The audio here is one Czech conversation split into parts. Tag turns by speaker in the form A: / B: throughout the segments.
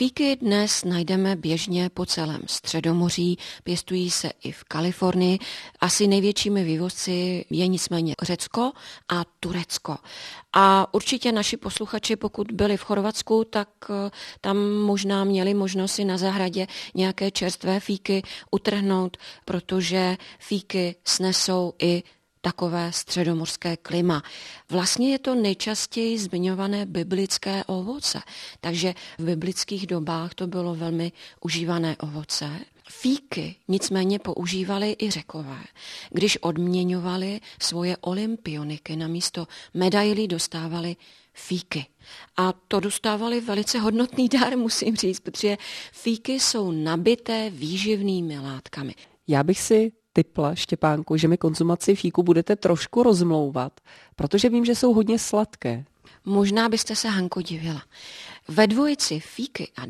A: Fíky dnes najdeme běžně po celém Středomoří, pěstují se i v Kalifornii. Asi největšími vývozci je nicméně Řecko a Turecko. A určitě naši posluchači, pokud byli v Chorvatsku, tak tam možná měli možnost si na zahradě nějaké čerstvé fíky utrhnout, protože fíky snesou i takové středomorské klima. Vlastně je to nejčastěji zmiňované biblické ovoce, takže v biblických dobách to bylo velmi užívané ovoce. Fíky nicméně používali i Řekové, když odměňovali svoje olympioniky, namísto medailí dostávali fíky. A to dostávali velice hodnotný dar, musím říct, protože fíky jsou nabité výživnými látkami.
B: Já bych si tipla, Štěpánku, že mi konzumaci fíku budete trošku rozmlouvat, protože vím, že jsou hodně sladké.
A: Možná byste se, Hanko, divila. Ve dvojici fíky a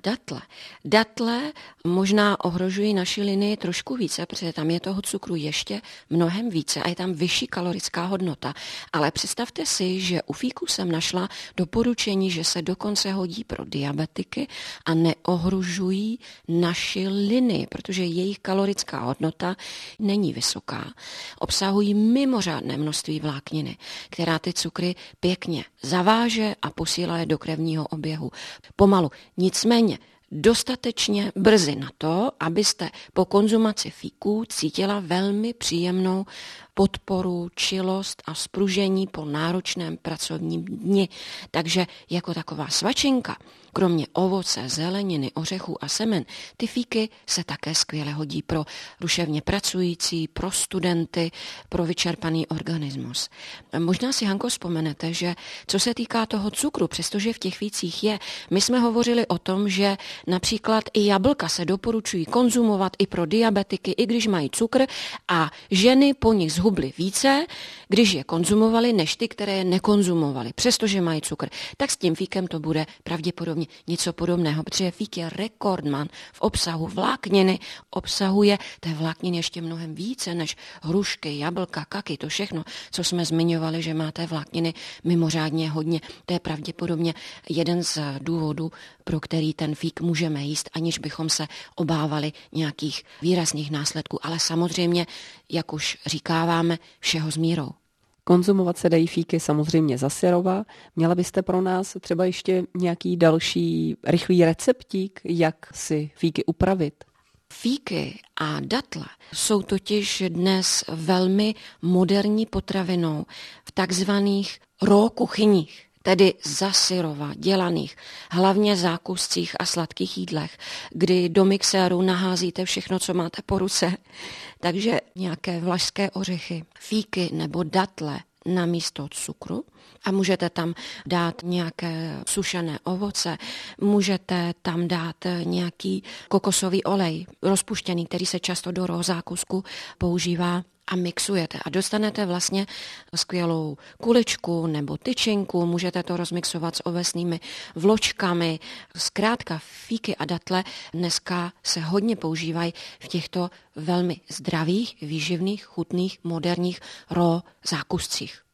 A: datle možná ohrožují naši linii trošku více, protože tam je toho cukru ještě mnohem více a je tam vyšší kalorická hodnota. Ale představte si, že u fíku jsem našla doporučení, že se dokonce hodí pro diabetiky a neohrožují naši linii, protože jejich kalorická hodnota není vysoká. Obsahují mimořádné množství vlákniny, která ty cukry pěkně zaváže a posílá je do krevního oběhu. Pomalu. Nicméně dostatečně brzy na to, abyste po konzumaci fíků cítila velmi příjemnou podporu, čilost a spružení po náročném pracovním dni. Takže jako taková svačinka, kromě ovoce, zeleniny, ořechů a semen, ty fíky se také skvěle hodí pro duševně pracující, pro studenty, pro vyčerpaný organismus. Možná si, Hanko, vzpomenete, že co se týká toho cukru, přestože v těch fících je, my jsme hovořili o tom, že například i jablka se doporučují konzumovat i pro diabetiky, i když mají cukr, a ženy po nich zhubly více, když je konzumovali, než ty, které je nekonzumovali, přestože mají cukr. Tak s tím fíkem to bude pravděpodobně něco podobného, protože fík je rekordman v obsahu vlákniny, obsahuje té vlákniny ještě mnohem více než hrušky, jablka, kaky, to všechno, co jsme zmiňovali, že má té vlákniny mimořádně hodně. To je pravděpodobně jeden z důvodů, pro který ten fík můžeme jíst, aniž bychom se obávali nějakých výrazných následků. Ale samozřejmě, jak už říkáváme, všeho s mírou.
B: Konzumovat se dají fíky samozřejmě za syrova. Měla byste pro nás třeba ještě nějaký další rychlý receptík, jak si fíky upravit?
A: Fíky a datle jsou totiž dnes velmi moderní potravinou v takzvaných raw kuchyních, tedy za syrova dělaných, hlavně zákuscích a sladkých jídlech, kdy do mixéru naházíte všechno, co máte po ruce. Takže nějaké vlašské ořechy, fíky nebo datle na místo cukru a můžete tam dát nějaké sušené ovoce, můžete tam dát nějaký kokosový olej rozpuštěný, který se často do raw zákusku používá, a mixujete a dostanete vlastně skvělou kuličku nebo tyčinku, můžete to rozmixovat s ovesnými vločkami. Zkrátka fíky a datle dneska se hodně používají v těchto velmi zdravých, výživných, chutných, moderních raw zákuscích.